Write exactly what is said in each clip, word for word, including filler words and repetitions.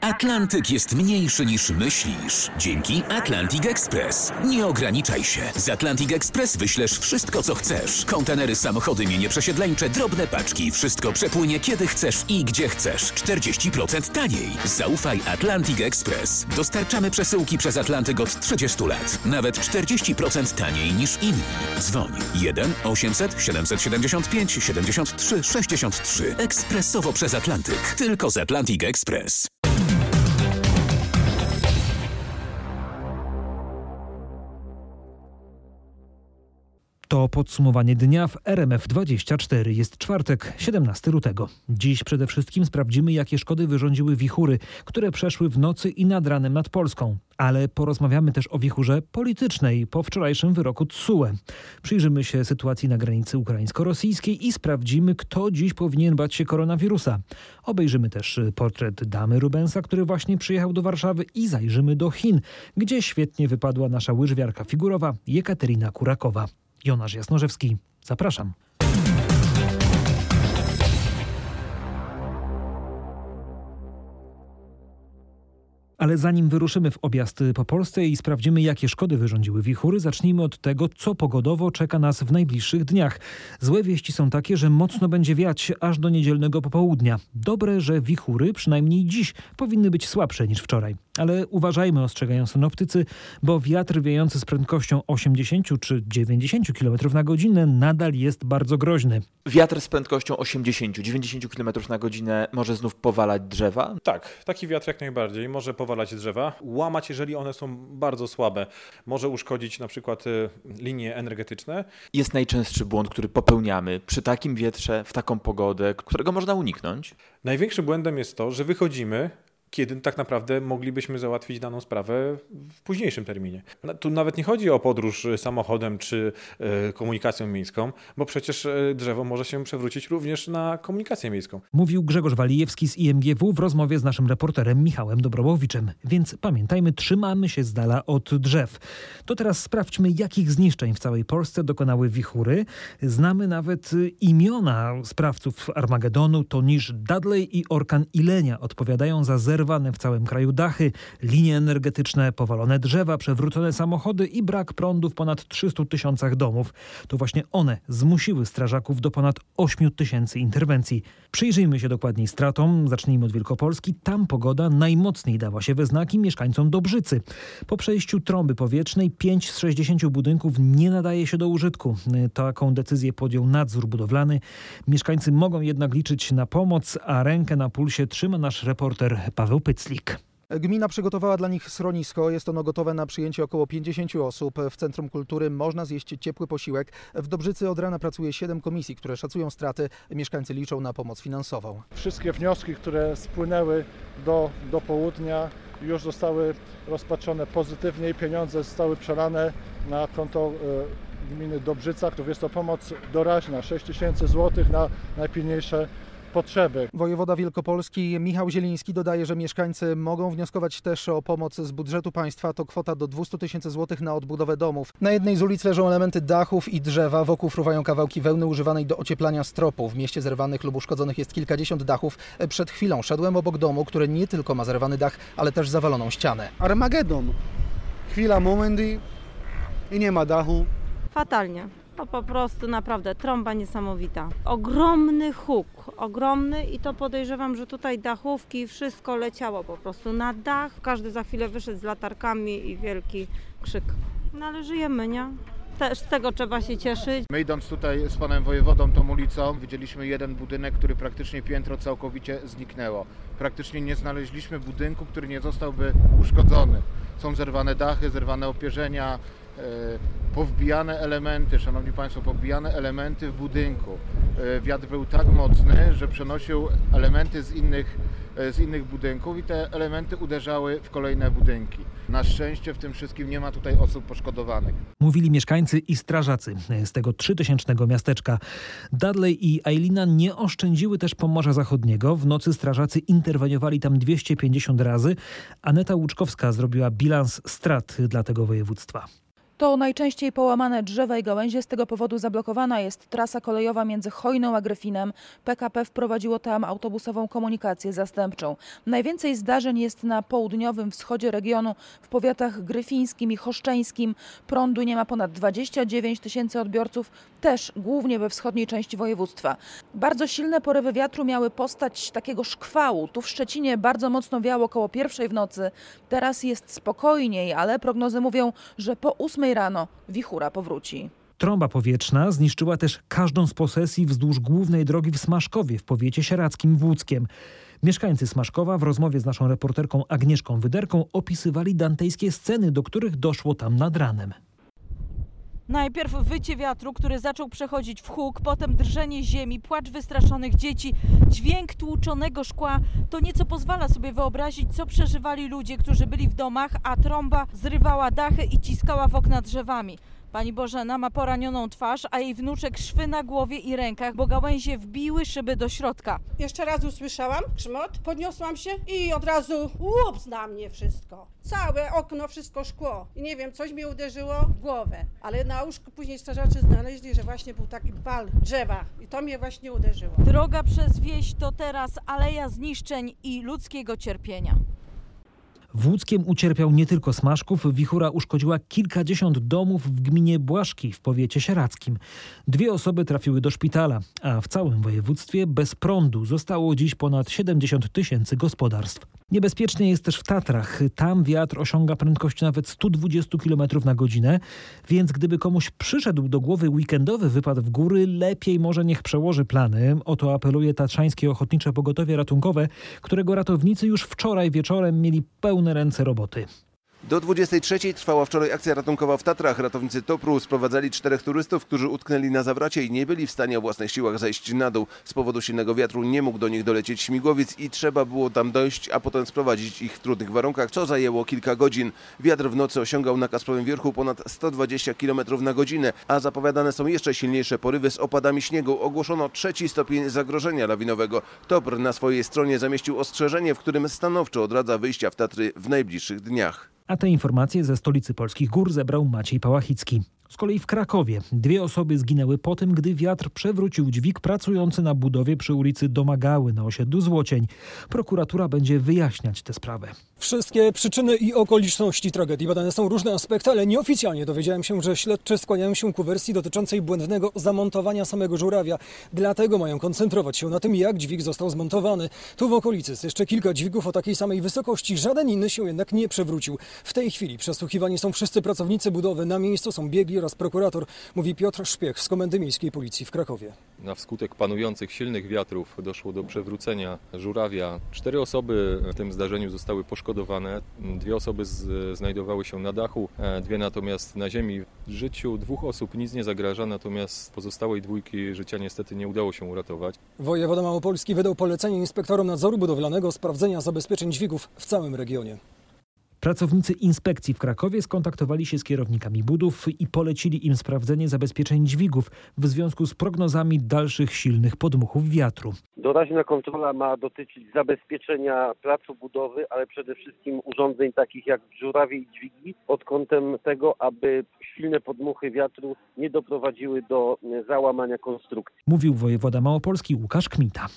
Atlantyk jest mniejszy niż myślisz. Dzięki Atlantic Express. Nie ograniczaj się. Z Atlantic Express wyślesz wszystko, co chcesz. Kontenery, samochody, mienie przesiedleńcze, drobne paczki. Wszystko przepłynie kiedy chcesz i gdzie chcesz. czterdzieści procent taniej. Zaufaj Atlantic Express. Dostarczamy przesyłki przez Atlantyk od trzydziestu lat. Nawet czterdzieści procent taniej niż inni. Dzwoń jeden osiemset siedemset siedemdziesiąt pięć siedemdziesiąt trzy sześćdziesiąt trzy. Ekspresowo przez Atlantyk. Tylko z Atlantic Express. To podsumowanie dnia w R M F dwadzieścia cztery. Jest czwartek, siedemnastego lutego. Dziś przede wszystkim sprawdzimy, jakie szkody wyrządziły wichury, które przeszły w nocy i nad ranem nad Polską. Ale porozmawiamy też o wichurze politycznej po wczorajszym wyroku T S U E. Przyjrzymy się sytuacji na granicy ukraińsko-rosyjskiej i sprawdzimy, kto dziś powinien bać się koronawirusa. Obejrzymy też portret damy Rubensa, który właśnie przyjechał do Warszawy, i zajrzymy do Chin, gdzie świetnie wypadła nasza łyżwiarka figurowa Jekaterina Kurakowa. Jonasz Jasnorzewski, zapraszam. Ale zanim wyruszymy w objazd po Polsce i sprawdzimy, jakie szkody wyrządziły wichury, zacznijmy od tego, co pogodowo czeka nas w najbliższych dniach. Złe wieści są takie, że mocno będzie wiać aż do niedzielnego popołudnia. Dobre, że wichury, przynajmniej dziś, powinny być słabsze niż wczoraj. Ale uważajmy, ostrzegają synoptycy, bo wiatr wiejący z prędkością osiemdziesiąt czy dziewięćdziesiąt kilometrów na godzinę nadal jest bardzo groźny. Wiatr z prędkością osiemdziesiąt do dziewięćdziesięciu kilometrów na godzinę może znów powalać drzewa? Tak, taki wiatr jak najbardziej może powalać drzewa, łamać, jeżeli one są bardzo słabe. Może uszkodzić na przykład y, linie energetyczne. Jest najczęstszy błąd, który popełniamy przy takim wietrze, w taką pogodę, którego można uniknąć? Największym błędem jest to, że wychodzimy, kiedy tak naprawdę moglibyśmy załatwić daną sprawę w późniejszym terminie. Tu nawet nie chodzi o podróż samochodem czy y, komunikacją miejską, bo przecież y, drzewo może się przewrócić również na komunikację miejską. Mówił Grzegorz Walijewski z I M G W w rozmowie z naszym reporterem Michałem Dobrołowiczem. Więc pamiętajmy, trzymamy się z dala od drzew. To teraz sprawdźmy, jakich zniszczeń w całej Polsce dokonały wichury. Znamy nawet imiona sprawców Armagedonu. To niż Dudley i orkan Ilenia odpowiadają za zerwane w całym kraju dachy, linie energetyczne, powalone drzewa, przewrócone samochody i brak prądu w ponad trzystu tysiącach domów. To właśnie one zmusiły strażaków do ponad ośmiu tysięcy interwencji. Przyjrzyjmy się dokładniej stratom. Zacznijmy od Wielkopolski. Tam pogoda najmocniej dała się we znaki mieszkańcom Dobrzycy. Po przejściu trąby powietrznej pięć z sześćdziesięciu budynków nie nadaje się do użytku. Taką decyzję podjął nadzór budowlany. Mieszkańcy mogą jednak liczyć na pomoc, a rękę na pulsie trzyma nasz reporter Paweł Pyclik. Gmina przygotowała dla nich schronisko. Jest ono gotowe na przyjęcie około pięćdziesięciu osób. W Centrum Kultury można zjeść ciepły posiłek. W Dobrzycy od rana pracuje siedem komisji, które szacują straty. Mieszkańcy liczą na pomoc finansową. Wszystkie wnioski, które spłynęły do, do południa, już zostały rozpatrzone pozytywnie i pieniądze zostały przelane na konto y, gminy Dobrzyca. Jest to pomoc doraźna, sześć tysięcy złotych na najpilniejsze potrzeby. Wojewoda Wielkopolski Michał Zieliński dodaje, że mieszkańcy mogą wnioskować też o pomoc z budżetu państwa. To kwota do dwieście tysięcy złotych na odbudowę domów. Na jednej z ulic leżą elementy dachów i drzewa. Wokół fruwają kawałki wełny używanej do ocieplania stropu. W mieście zerwanych lub uszkodzonych jest kilkadziesiąt dachów. Przed chwilą szedłem obok domu, który nie tylko ma zerwany dach, ale też zawaloną ścianę. Armagedon. Chwila, moment i, i nie ma dachu. Fatalnie. To po prostu naprawdę trąba niesamowita. Ogromny huk, ogromny i to podejrzewam, że tutaj dachówki, wszystko leciało po prostu na dach. Każdy za chwilę wyszedł z latarkami i wielki krzyk. No ale żyjemy, nie? Też z tego trzeba się cieszyć. My idąc tutaj z panem wojewodą tą ulicą, widzieliśmy jeden budynek, który praktycznie piętro całkowicie zniknęło. Praktycznie nie znaleźliśmy budynku, który nie zostałby uszkodzony. Są zerwane dachy, zerwane opierzenia, e, powbijane elementy, szanowni państwo, powbijane elementy w budynku. E, wiatr był tak mocny, że przenosił elementy z innych, e, z innych budynków i te elementy uderzały w kolejne budynki. Na szczęście w tym wszystkim nie ma tutaj osób poszkodowanych. Mówili mieszkańcy i strażacy z tego trzytysięcznego miasteczka. Dudley i Ailina nie oszczędziły też Pomorza Zachodniego. W nocy strażacy interweniowali tam dwieście pięćdziesiąt razy. Aneta Łuczkowska zrobiła bilans strat dla tego województwa. To najczęściej połamane drzewa i gałęzie. Z tego powodu zablokowana jest trasa kolejowa między Chojną a Gryfinem. P K P wprowadziło tam autobusową komunikację zastępczą. Najwięcej zdarzeń jest na południowym wschodzie regionu, w powiatach gryfińskim i choszczeńskim. Prądu nie ma ponad dwadzieścia dziewięć tysięcy odbiorców, też głównie we wschodniej części województwa. Bardzo silne porywy wiatru miały postać takiego szkwału. Tu w Szczecinie bardzo mocno wiało około pierwszej w nocy. Teraz jest spokojniej, ale prognozy mówią, że po ósmej rano wichura powróci. Trąba powietrzna zniszczyła też każdą z posesji wzdłuż głównej drogi w Smaszkowie w powiecie sieradzkim w Łódzkiem. Mieszkańcy Smaszkowa w rozmowie z naszą reporterką Agnieszką Wyderką opisywali dantejskie sceny, do których doszło tam nad ranem. Najpierw wycie wiatru, który zaczął przechodzić w huk, potem drżenie ziemi, płacz wystraszonych dzieci, dźwięk tłuczonego szkła. To nieco pozwala sobie wyobrazić, co przeżywali ludzie, którzy byli w domach, a trąba zrywała dachy i ciskała w okna drzewami. Pani Bożena ma poranioną twarz, a jej wnuczek szwy na głowie i rękach, bo gałęzie wbiły szyby do środka. Jeszcze raz usłyszałam grzmot, podniosłam się i od razu łups na mnie wszystko. Całe okno, wszystko szkło. I nie wiem, coś mi uderzyło w głowę. Ale na łóżku później strażacy znaleźli, że właśnie był taki bal drzewa. I to mnie właśnie uderzyło. Droga przez wieś to teraz aleja zniszczeń i ludzkiego cierpienia. W Łódzkiem ucierpiał nie tylko Smaszków. Wichura uszkodziła kilkadziesiąt domów w gminie Błaszki w powiecie sieradzkim. Dwie osoby trafiły do szpitala, a w całym województwie bez prądu zostało dziś ponad siedemdziesiąt tysięcy gospodarstw. Niebezpiecznie jest też w Tatrach. Tam wiatr osiąga prędkość nawet sto dwadzieścia kilometrów na godzinę, więc gdyby komuś przyszedł do głowy weekendowy wypad w góry, lepiej może niech przełoży plany. O to apeluje Tatrzańskie Ochotnicze Pogotowie Ratunkowe, którego ratownicy już wczoraj wieczorem mieli pełne ręce roboty. Do dwudziestej trzeciej trwała wczoraj akcja ratunkowa w Tatrach. Ratownicy Topru sprowadzali czterech turystów, którzy utknęli na zawracie i nie byli w stanie o własnych siłach zejść na dół. Z powodu silnego wiatru nie mógł do nich dolecieć śmigłowiec i trzeba było tam dojść, a potem sprowadzić ich w trudnych warunkach, co zajęło kilka godzin. Wiatr w nocy osiągał na Kasprowym Wierchu ponad sto dwadzieścia kilometrów na godzinę, a zapowiadane są jeszcze silniejsze porywy z opadami śniegu. Ogłoszono trzeci stopień zagrożenia lawinowego. Topr na swojej stronie zamieścił ostrzeżenie, w którym stanowczo odradza wyjścia w Tatry w najbliższych dniach. A te informacje ze stolicy polskich gór zebrał Maciej Pałachicki. Z kolei w Krakowie dwie osoby zginęły po tym, gdy wiatr przewrócił dźwig pracujący na budowie przy ulicy Domagały na osiedlu Złocień. Prokuratura będzie wyjaśniać tę sprawę. Wszystkie przyczyny i okoliczności tragedii badane są różne aspekty, ale nieoficjalnie dowiedziałem się, że śledczy skłaniają się ku wersji dotyczącej błędnego zamontowania samego żurawia. Dlatego mają koncentrować się na tym, jak dźwig został zmontowany. Tu w okolicy jest jeszcze kilka dźwigów o takiej samej wysokości. Żaden inny się jednak nie przewrócił. W tej chwili przesłuchiwani są wszyscy pracownicy budowy. Na miejscu są biegli oraz prokurator, mówi Piotr Szpiech z Komendy Miejskiej Policji w Krakowie. Na wskutek panujących silnych wiatrów doszło do przewrócenia żurawia. Cztery osoby w tym zdarzeniu zostały poszkodowane. Dwie osoby z, znajdowały się na dachu, dwie natomiast na ziemi. Życiu dwóch osób nic nie zagraża, natomiast pozostałej dwójki życia niestety nie udało się uratować. Wojewoda Małopolski wydał polecenie inspektorom nadzoru budowlanego sprawdzenia zabezpieczeń dźwigów w całym regionie. Pracownicy inspekcji w Krakowie skontaktowali się z kierownikami budów i polecili im sprawdzenie zabezpieczeń dźwigów w związku z prognozami dalszych silnych podmuchów wiatru. Doraźna kontrola ma dotyczyć zabezpieczenia placu budowy, ale przede wszystkim urządzeń takich jak żurawie i dźwigi pod kątem tego, aby silne podmuchy wiatru nie doprowadziły do załamania konstrukcji. Mówił wojewoda małopolski Łukasz Kmita.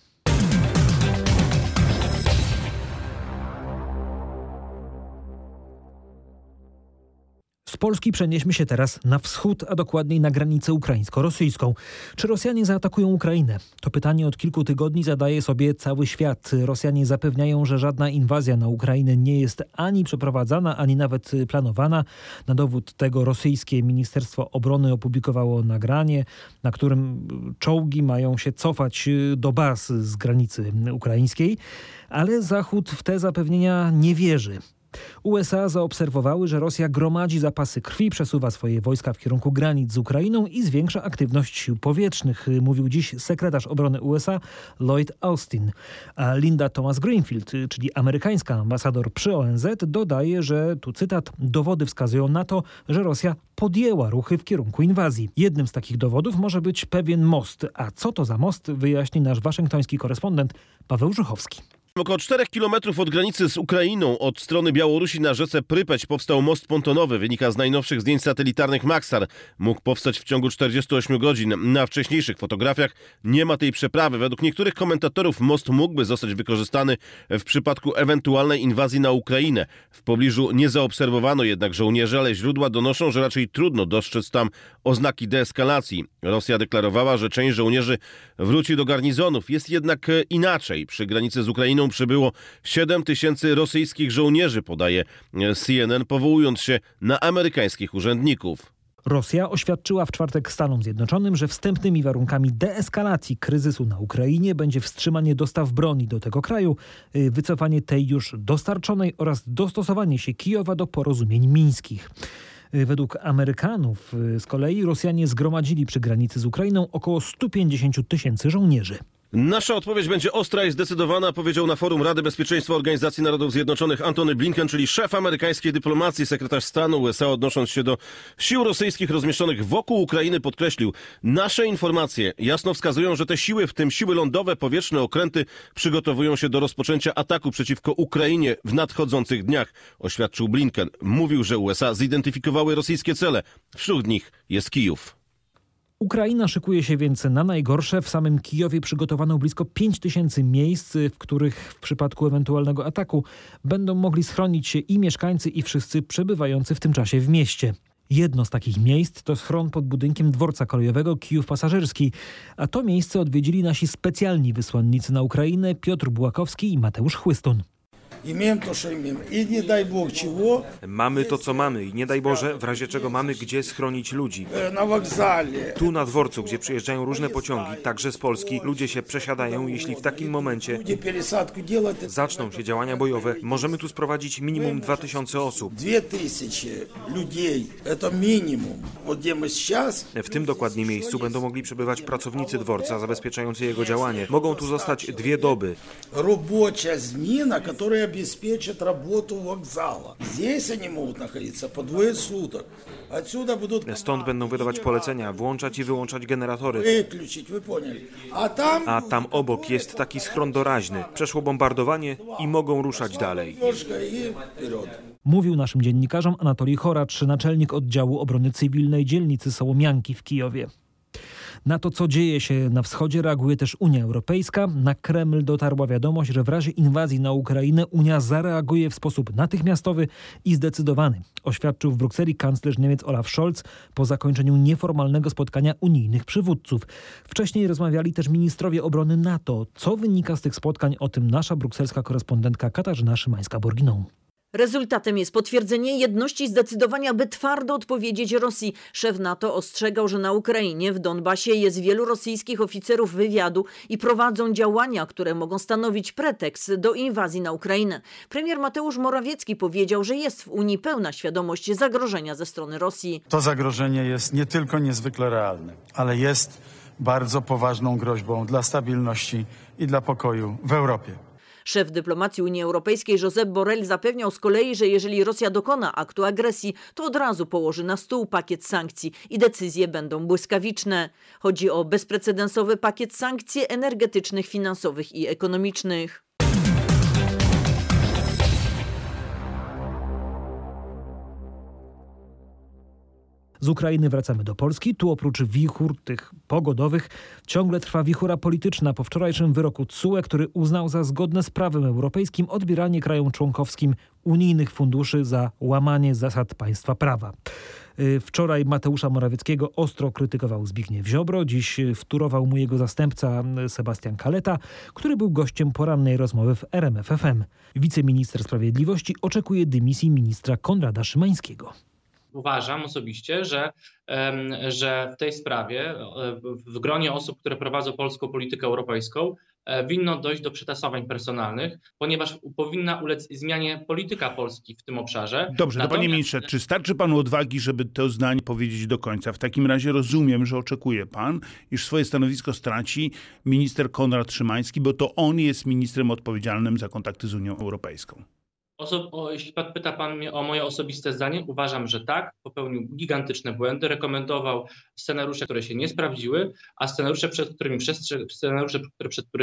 Z Polski przenieśmy się teraz na wschód, a dokładniej na granicę ukraińsko-rosyjską. Czy Rosjanie zaatakują Ukrainę? To pytanie od kilku tygodni zadaje sobie cały świat. Rosjanie zapewniają, że żadna inwazja na Ukrainę nie jest ani przeprowadzana, ani nawet planowana. Na dowód tego rosyjskie Ministerstwo Obrony opublikowało nagranie, na którym czołgi mają się cofać do baz z granicy ukraińskiej, ale Zachód w te zapewnienia nie wierzy. U S A zaobserwowały, że Rosja gromadzi zapasy krwi, przesuwa swoje wojska w kierunku granic z Ukrainą i zwiększa aktywność sił powietrznych, mówił dziś sekretarz obrony U S A Lloyd Austin. A Linda Thomas-Greenfield, czyli amerykańska ambasador przy O N Z, dodaje, że, tu cytat, dowody wskazują na to, że Rosja podjęła ruchy w kierunku inwazji. Jednym z takich dowodów może być pewien most. A co to za most, wyjaśni nasz waszyngtoński korespondent Paweł Żuchowski. Około czterech kilometrów od granicy z Ukrainą, od strony Białorusi na rzece Prypeć powstał most pontonowy. Wynika z najnowszych zdjęć satelitarnych Maxar. Mógł powstać w ciągu czterdziestu ośmiu godzin. Na wcześniejszych fotografiach nie ma tej przeprawy. Według niektórych komentatorów most mógłby zostać wykorzystany w przypadku ewentualnej inwazji na Ukrainę. W pobliżu nie zaobserwowano jednak żołnierzy, ale źródła donoszą, że raczej trudno dostrzec tam oznaki deeskalacji. Rosja deklarowała, że część żołnierzy wróci do garnizonów. Jest jednak inaczej. Przy granicy z Ukrainą przybyło siedem tysięcy rosyjskich żołnierzy, podaje C N N, powołując się na amerykańskich urzędników. Rosja oświadczyła w czwartek Stanom Zjednoczonym, że wstępnymi warunkami deeskalacji kryzysu na Ukrainie będzie wstrzymanie dostaw broni do tego kraju, wycofanie tej już dostarczonej oraz dostosowanie się Kijowa do porozumień mińskich. Według Amerykanów z kolei Rosjanie zgromadzili przy granicy z Ukrainą około stu pięćdziesięciu tysięcy żołnierzy. Nasza odpowiedź będzie ostra i zdecydowana, powiedział na forum Rady Bezpieczeństwa Organizacji Narodów Zjednoczonych Antony Blinken, czyli szef amerykańskiej dyplomacji. Sekretarz stanu U S A, odnosząc się do sił rosyjskich rozmieszczonych wokół Ukrainy, podkreślił: nasze informacje jasno wskazują, że te siły, w tym siły lądowe, powietrzne, okręty, przygotowują się do rozpoczęcia ataku przeciwko Ukrainie w nadchodzących dniach, oświadczył Blinken. Mówił, że U S A zidentyfikowały rosyjskie cele. Wśród nich jest Kijów. Ukraina szykuje się więc na najgorsze. W samym Kijowie przygotowano blisko pięć tysięcy miejsc, w których w przypadku ewentualnego ataku będą mogli schronić się i mieszkańcy, i wszyscy przebywający w tym czasie w mieście. Jedno z takich miejsc to schron pod budynkiem dworca kolejowego Kijów Pasażerski, a to miejsce odwiedzili nasi specjalni wysłannicy na Ukrainę Piotr Bułakowski i Mateusz Chłystun. Mamy to, co mamy i nie daj Boże, w razie czego mamy gdzie schronić ludzi. Tu na dworcu, gdzie przyjeżdżają różne pociągi, także z Polski, ludzie się przesiadają. Jeśli w takim momencie zaczną się działania bojowe, możemy tu sprowadzić minimum dwa tysiące osób. W tym dokładnie miejscu będą mogli przebywać pracownicy dworca zabezpieczający jego działanie. Mogą tu zostać dwie doby. обеспечат работу вокзала. Здесь они могут находиться по двое суток. Отсюда будут... Stąd będą wydawać polecenia, włączać i wyłączać generatory. Wyключить, вы поняли. A tam... A tam obok jest taki schron doraźny. Przeszło bombardowanie i mogą ruszać dalej. Mówił naszym dziennikarzom Anatolij Choracz, naczelnik oddziału obrony cywilnej dzielnicy Sołomianki w Kijowie. Na to, co dzieje się na wschodzie, reaguje też Unia Europejska. Na Kreml dotarła wiadomość, że w razie inwazji na Ukrainę Unia zareaguje w sposób natychmiastowy i zdecydowany, oświadczył w Brukseli kanclerz Niemiec Olaf Scholz po zakończeniu nieformalnego spotkania unijnych przywódców. Wcześniej rozmawiali też ministrowie obrony NATO. Co wynika z tych spotkań? O tym nasza brukselska korespondentka Katarzyna Szymańska-Borginą. Rezultatem jest potwierdzenie jedności i zdecydowania, by twardo odpowiedzieć Rosji. Szef NATO ostrzegał, że na Ukrainie, w Donbasie jest wielu rosyjskich oficerów wywiadu i prowadzą działania, które mogą stanowić pretekst do inwazji na Ukrainę. Premier Mateusz Morawiecki powiedział, że jest w Unii pełna świadomość zagrożenia ze strony Rosji. To zagrożenie jest nie tylko niezwykle realne, ale jest bardzo poważną groźbą dla stabilności i dla pokoju w Europie. Szef dyplomacji Unii Europejskiej Josep Borrell zapewniał z kolei, że jeżeli Rosja dokona aktu agresji, to od razu położy na stół pakiet sankcji i decyzje będą błyskawiczne. Chodzi o bezprecedensowy pakiet sankcji energetycznych, finansowych i ekonomicznych. Z Ukrainy wracamy do Polski. Tu oprócz wichur tych pogodowych ciągle trwa wichura polityczna po wczorajszym wyroku T S U E, który uznał za zgodne z prawem europejskim odbieranie krajom członkowskim unijnych funduszy za łamanie zasad państwa prawa. Wczoraj Mateusza Morawieckiego ostro krytykował Zbigniew Ziobro. Dziś wtórował mu jego zastępca Sebastian Kaleta, który był gościem porannej rozmowy w R M F F M. Wiceminister Sprawiedliwości oczekuje dymisji ministra Konrada Szymańskiego. Uważam osobiście, że, że w tej sprawie w gronie osób, które prowadzą polską politykę europejską, winno dojść do przetasowań personalnych, ponieważ powinna ulec zmianie polityka Polski w tym obszarze. Dobrze, to panie ministrze, czy starczy panu odwagi, żeby to zdanie powiedzieć do końca? W takim razie rozumiem, że oczekuje pan, iż swoje stanowisko straci minister Konrad Szymański, bo to on jest ministrem odpowiedzialnym za kontakty z Unią Europejską. Oso- o, jeśli pyta pan mnie o moje osobiste zdanie, uważam, że tak, popełnił gigantyczne błędy, rekomendował scenariusze, które się nie sprawdziły, a scenariusze, przed którymi, przestrze- scenariusze, które, przed którymi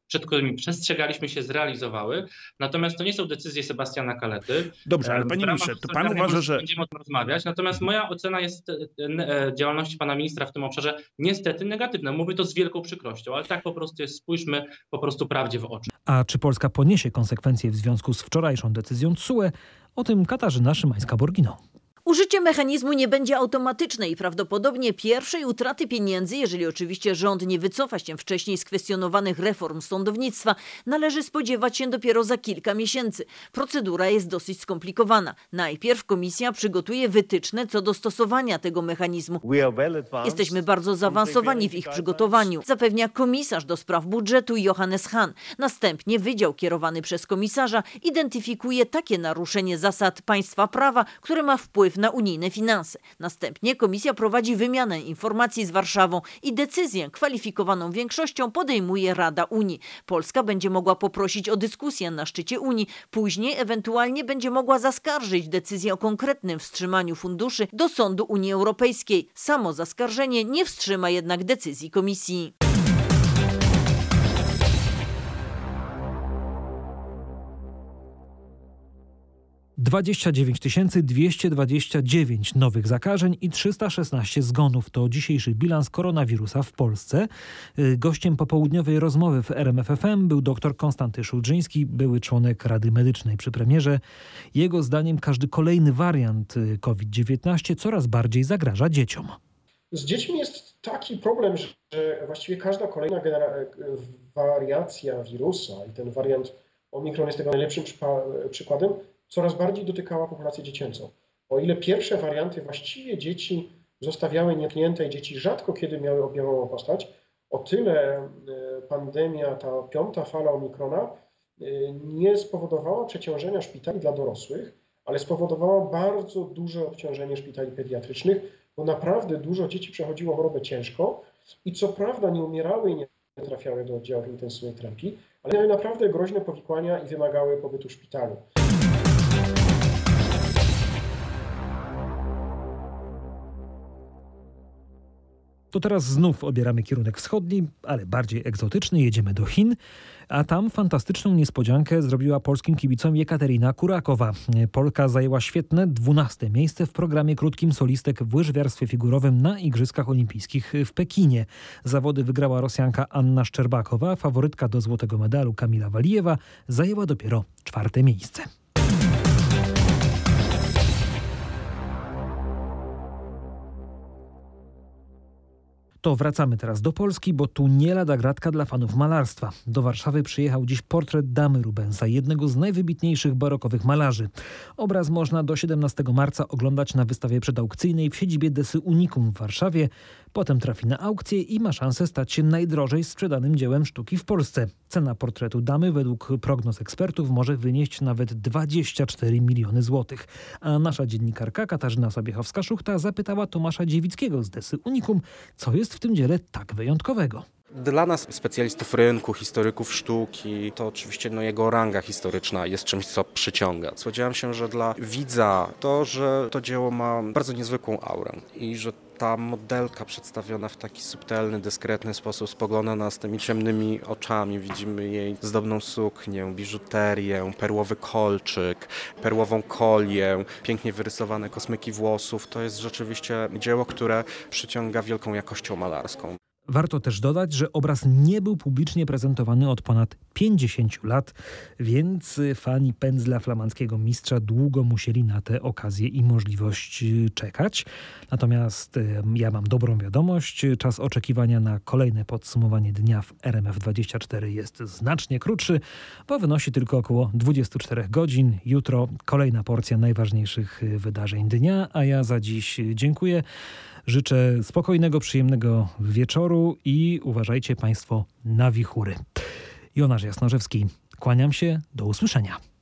przed którymi przestrzegaliśmy się, zrealizowały. Natomiast to nie są decyzje Sebastiana Kalety. Dobrze, ale panie ministrze, to pan uważa, że... Będziemy o tym rozmawiać. Natomiast moja ocena jest działalności pana ministra w tym obszarze niestety negatywna. Mówię to z wielką przykrością, ale tak po prostu jest. Spójrzmy po prostu prawdzie w oczy. A czy Polska poniesie konsekwencje w związku z wczorajszą decyzją T S U E? O tym Katarzyna Szymańska-Borgino. Użycie mechanizmu nie będzie automatyczne i prawdopodobnie pierwszej utraty pieniędzy, jeżeli oczywiście rząd nie wycofa się wcześniej z kwestionowanych reform sądownictwa, należy spodziewać się dopiero za kilka miesięcy. Procedura jest dosyć skomplikowana. Najpierw komisja przygotuje wytyczne co do stosowania tego mechanizmu. Jesteśmy bardzo zaawansowani w ich przygotowaniu, zapewnia komisarz do spraw budżetu Johannes Hahn. Następnie wydział kierowany przez komisarza identyfikuje takie naruszenie zasad państwa prawa, które ma wpływ na unijne finanse. Następnie komisja prowadzi wymianę informacji z Warszawą i decyzję kwalifikowaną większością podejmuje Rada Unii. Polska będzie mogła poprosić o dyskusję na szczycie Unii. Później ewentualnie będzie mogła zaskarżyć decyzję o konkretnym wstrzymaniu funduszy do Sądu Unii Europejskiej. Samo zaskarżenie nie wstrzyma jednak decyzji komisji. dwadzieścia dziewięć tysięcy dwieście dwadzieścia dziewięć nowych zakażeń i trzysta szesnaście zgonów. To dzisiejszy bilans koronawirusa w Polsce. Gościem popołudniowej rozmowy w R M F F M był dr Konstanty Szułdrzyński, były członek Rady Medycznej przy premierze. Jego zdaniem każdy kolejny wariant COVID dziewiętnaście coraz bardziej zagraża dzieciom. Z dziećmi jest taki problem, że właściwie każda kolejna genera- wariacja wirusa i ten wariant Omikron jest tego najlepszym przypa- przykładem, coraz bardziej dotykała populację dziecięcą. O ile pierwsze warianty właściwie dzieci zostawiały nietknięte i dzieci rzadko kiedy miały objawową postać, o tyle pandemia, ta piąta fala Omikrona nie spowodowała przeciążenia szpitali dla dorosłych, ale spowodowała bardzo duże obciążenie szpitali pediatrycznych, bo naprawdę dużo dzieci przechodziło chorobę ciężko i co prawda nie umierały i nie trafiały do oddziałów intensywnej terapii, ale miały naprawdę groźne powikłania i wymagały pobytu w szpitalu. To teraz znów obieramy kierunek wschodni, ale bardziej egzotyczny. Jedziemy do Chin, a tam fantastyczną niespodziankę zrobiła polskim kibicom Jekaterina Kurakowa. Polka zajęła świetne dwunaste miejsce w programie krótkim solistek w łyżwiarstwie figurowym na Igrzyskach Olimpijskich w Pekinie. Zawody wygrała Rosjanka Anna Szczerbakowa, faworytka do złotego medalu Kamila Walijewa zajęła dopiero czwarte miejsce. To wracamy teraz do Polski, bo tu nie lada gratka dla fanów malarstwa. Do Warszawy przyjechał dziś portret Damy Rubensa, jednego z najwybitniejszych barokowych malarzy. Obraz można do siedemnastego marca oglądać na wystawie przedaukcyjnej w siedzibie Desy Unicum w Warszawie. Potem trafi na aukcję i ma szansę stać się najdrożej sprzedanym dziełem sztuki w Polsce. Cena portretu Damy według prognoz ekspertów może wynieść nawet dwadzieścia cztery miliony złotych. A nasza dziennikarka Katarzyna Sobiechowska-Szuchta zapytała Tomasza Dziewickiego z Desy Unicum, co jest w tym dziele tak wyjątkowego. Dla nas, specjalistów rynku, historyków sztuki, to oczywiście no, jego ranga historyczna jest czymś, co przyciąga. Spodziewałem się, że dla widza to, że to dzieło ma bardzo niezwykłą aurę i że ta modelka przedstawiona w taki subtelny, dyskretny sposób spogląda na nas tymi ciemnymi oczami. Widzimy jej zdobną suknię, biżuterię, perłowy kolczyk, perłową kolię, pięknie wyrysowane kosmyki włosów. To jest rzeczywiście dzieło, które przyciąga wielką jakością malarską. Warto też dodać, że obraz nie był publicznie prezentowany od ponad pięćdziesięciu lat, więc fani pędzla flamandzkiego mistrza długo musieli na tę okazję i możliwość czekać. Natomiast ja mam dobrą wiadomość. Czas oczekiwania na kolejne podsumowanie dnia w R M F dwadzieścia cztery jest znacznie krótszy, bo wynosi tylko około dwadzieścia cztery godzin. Jutro kolejna porcja najważniejszych wydarzeń dnia, a ja za dziś dziękuję. Życzę spokojnego, przyjemnego wieczoru i uważajcie Państwo na wichury. Jonasz Jasnorzewski, kłaniam się, do usłyszenia.